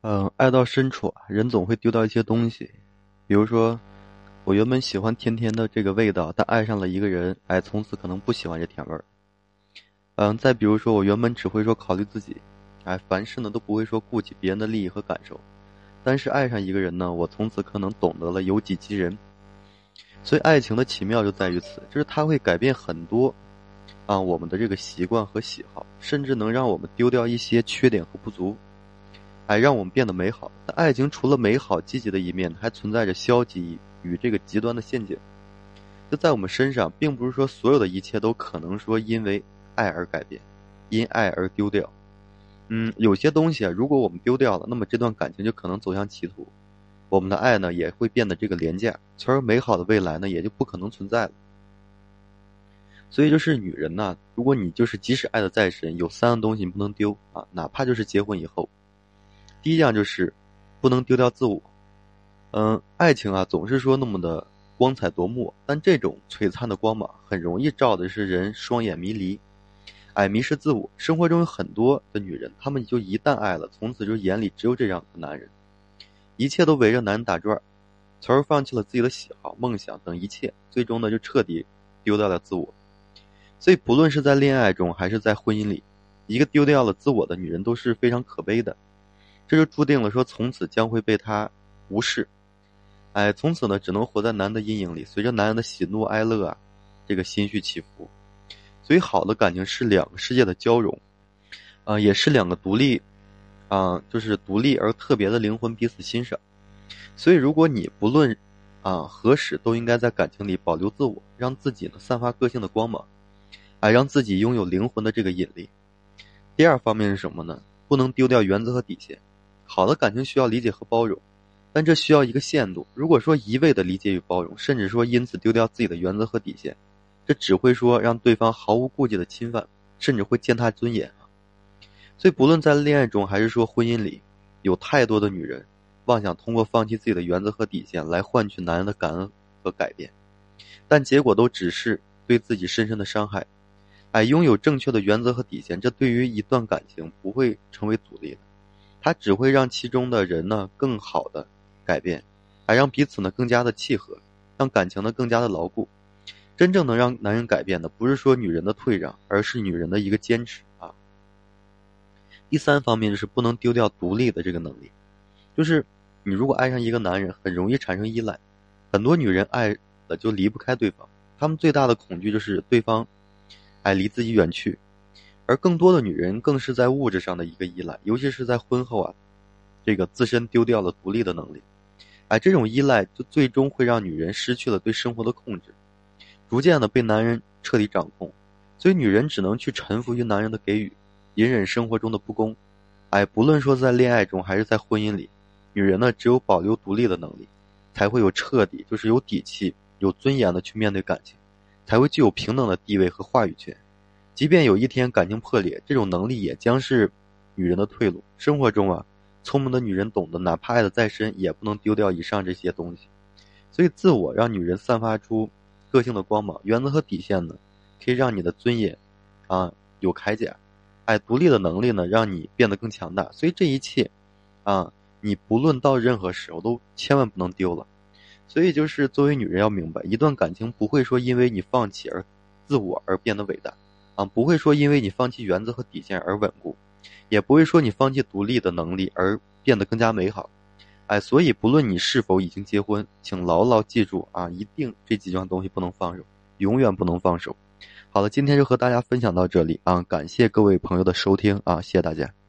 爱到深处啊，人总会丢掉一些东西。比如说，我原本喜欢甜甜的这个味道，但爱上了一个人，从此可能不喜欢这甜味儿。再比如说，我原本只会说考虑自己，凡事呢都不会说顾及别人的利益和感受。但是爱上一个人呢，我从此可能懂得了由己及人。所以爱情的奇妙就在于此，就是它会改变很多我们的这个习惯和喜好，甚至能让我们丢掉一些缺点和不足。让我们变得美好。但爱情除了美好积极的一面，还存在着消极与这个极端的陷阱。就在我们身上，并不是说所有的一切都可能说因为爱而改变，因爱而丢掉。有些东西如果我们丢掉了，那么这段感情就可能走向歧途。我们的爱呢，也会变得这个廉价，从而美好的未来呢，也就不可能存在了。所以就是女人呢，如果你就是即使爱得再深，有三样东西你不能丢哪怕就是结婚以后。第一样就是不能丢掉自我。爱情总是说那么的光彩夺目，但这种璀璨的光芒很容易照的是人双眼迷离，迷失自我。生活中有很多的女人，她们就一旦爱了，从此就眼里只有这样的男人，一切都围着男人打转，从而放弃了自己的喜好、梦想等一切，最终呢就彻底丢掉了自我。所以不论是在恋爱中还是在婚姻里，一个丢掉了自我的女人都是非常可悲的。这就注定了说从此将会被他无视，从此呢只能活在男的阴影里，随着男人的喜怒哀乐这个心绪起伏。所以好的感情是两个世界的交融，也是两个独立就是独立而特别的灵魂彼此欣赏。所以如果你不论何时都应该在感情里保留自我，让自己呢散发个性的光芒，让自己拥有灵魂的这个引力。第二方面是什么呢？不能丢掉原则和底线。好的感情需要理解和包容，但这需要一个限度。如果说一味的理解与包容，甚至说因此丢掉自己的原则和底线，这只会说让对方毫无顾忌的侵犯，甚至会践踏尊严。所以不论在恋爱中还是说婚姻里，有太多的女人妄想通过放弃自己的原则和底线来换取男人的感恩和改变，但结果都只是对自己深深的伤害。拥有正确的原则和底线，这对于一段感情不会成为阻力的，它只会让其中的人呢更好的改变，还让彼此呢更加的契合，让感情呢更加的牢固。真正能让男人改变的，不是说女人的退让，而是女人的一个坚持。第三方面就是不能丢掉独立的这个能力。就是你如果爱上一个男人，很容易产生依赖。很多女人爱了就离不开对方，她们最大的恐惧就是对方离自己远去。而更多的女人更是在物质上的一个依赖，尤其是在婚后这个自身丢掉了独立的能力。这种依赖就最终会让女人失去了对生活的控制，逐渐的被男人彻底掌控。所以女人只能去臣服于男人的给予，隐忍生活中的不公。不论说在恋爱中还是在婚姻里，女人呢只有保留独立的能力，才会有彻底就是有底气有尊严的去面对感情，才会具有平等的地位和话语权。即便有一天感情破裂，这种能力也将是女人的退路。生活中聪明的女人懂得，哪怕爱得再深，也不能丢掉以上这些东西。所以自我让女人散发出个性的光芒，原则和底线呢，可以让你的尊严有铠甲。独立的能力呢，让你变得更强大。所以这一切你不论到任何时候都千万不能丢了。所以就是作为女人要明白，一段感情不会说因为你放弃而自我而变得伟大不会说因为你放弃原则和底线而稳固，也不会说你放弃独立的能力而变得更加美好。所以不论你是否已经结婚，请牢牢记住一定这几样东西不能放手，永远不能放手。好了，今天就和大家分享到这里感谢各位朋友的收听谢谢大家。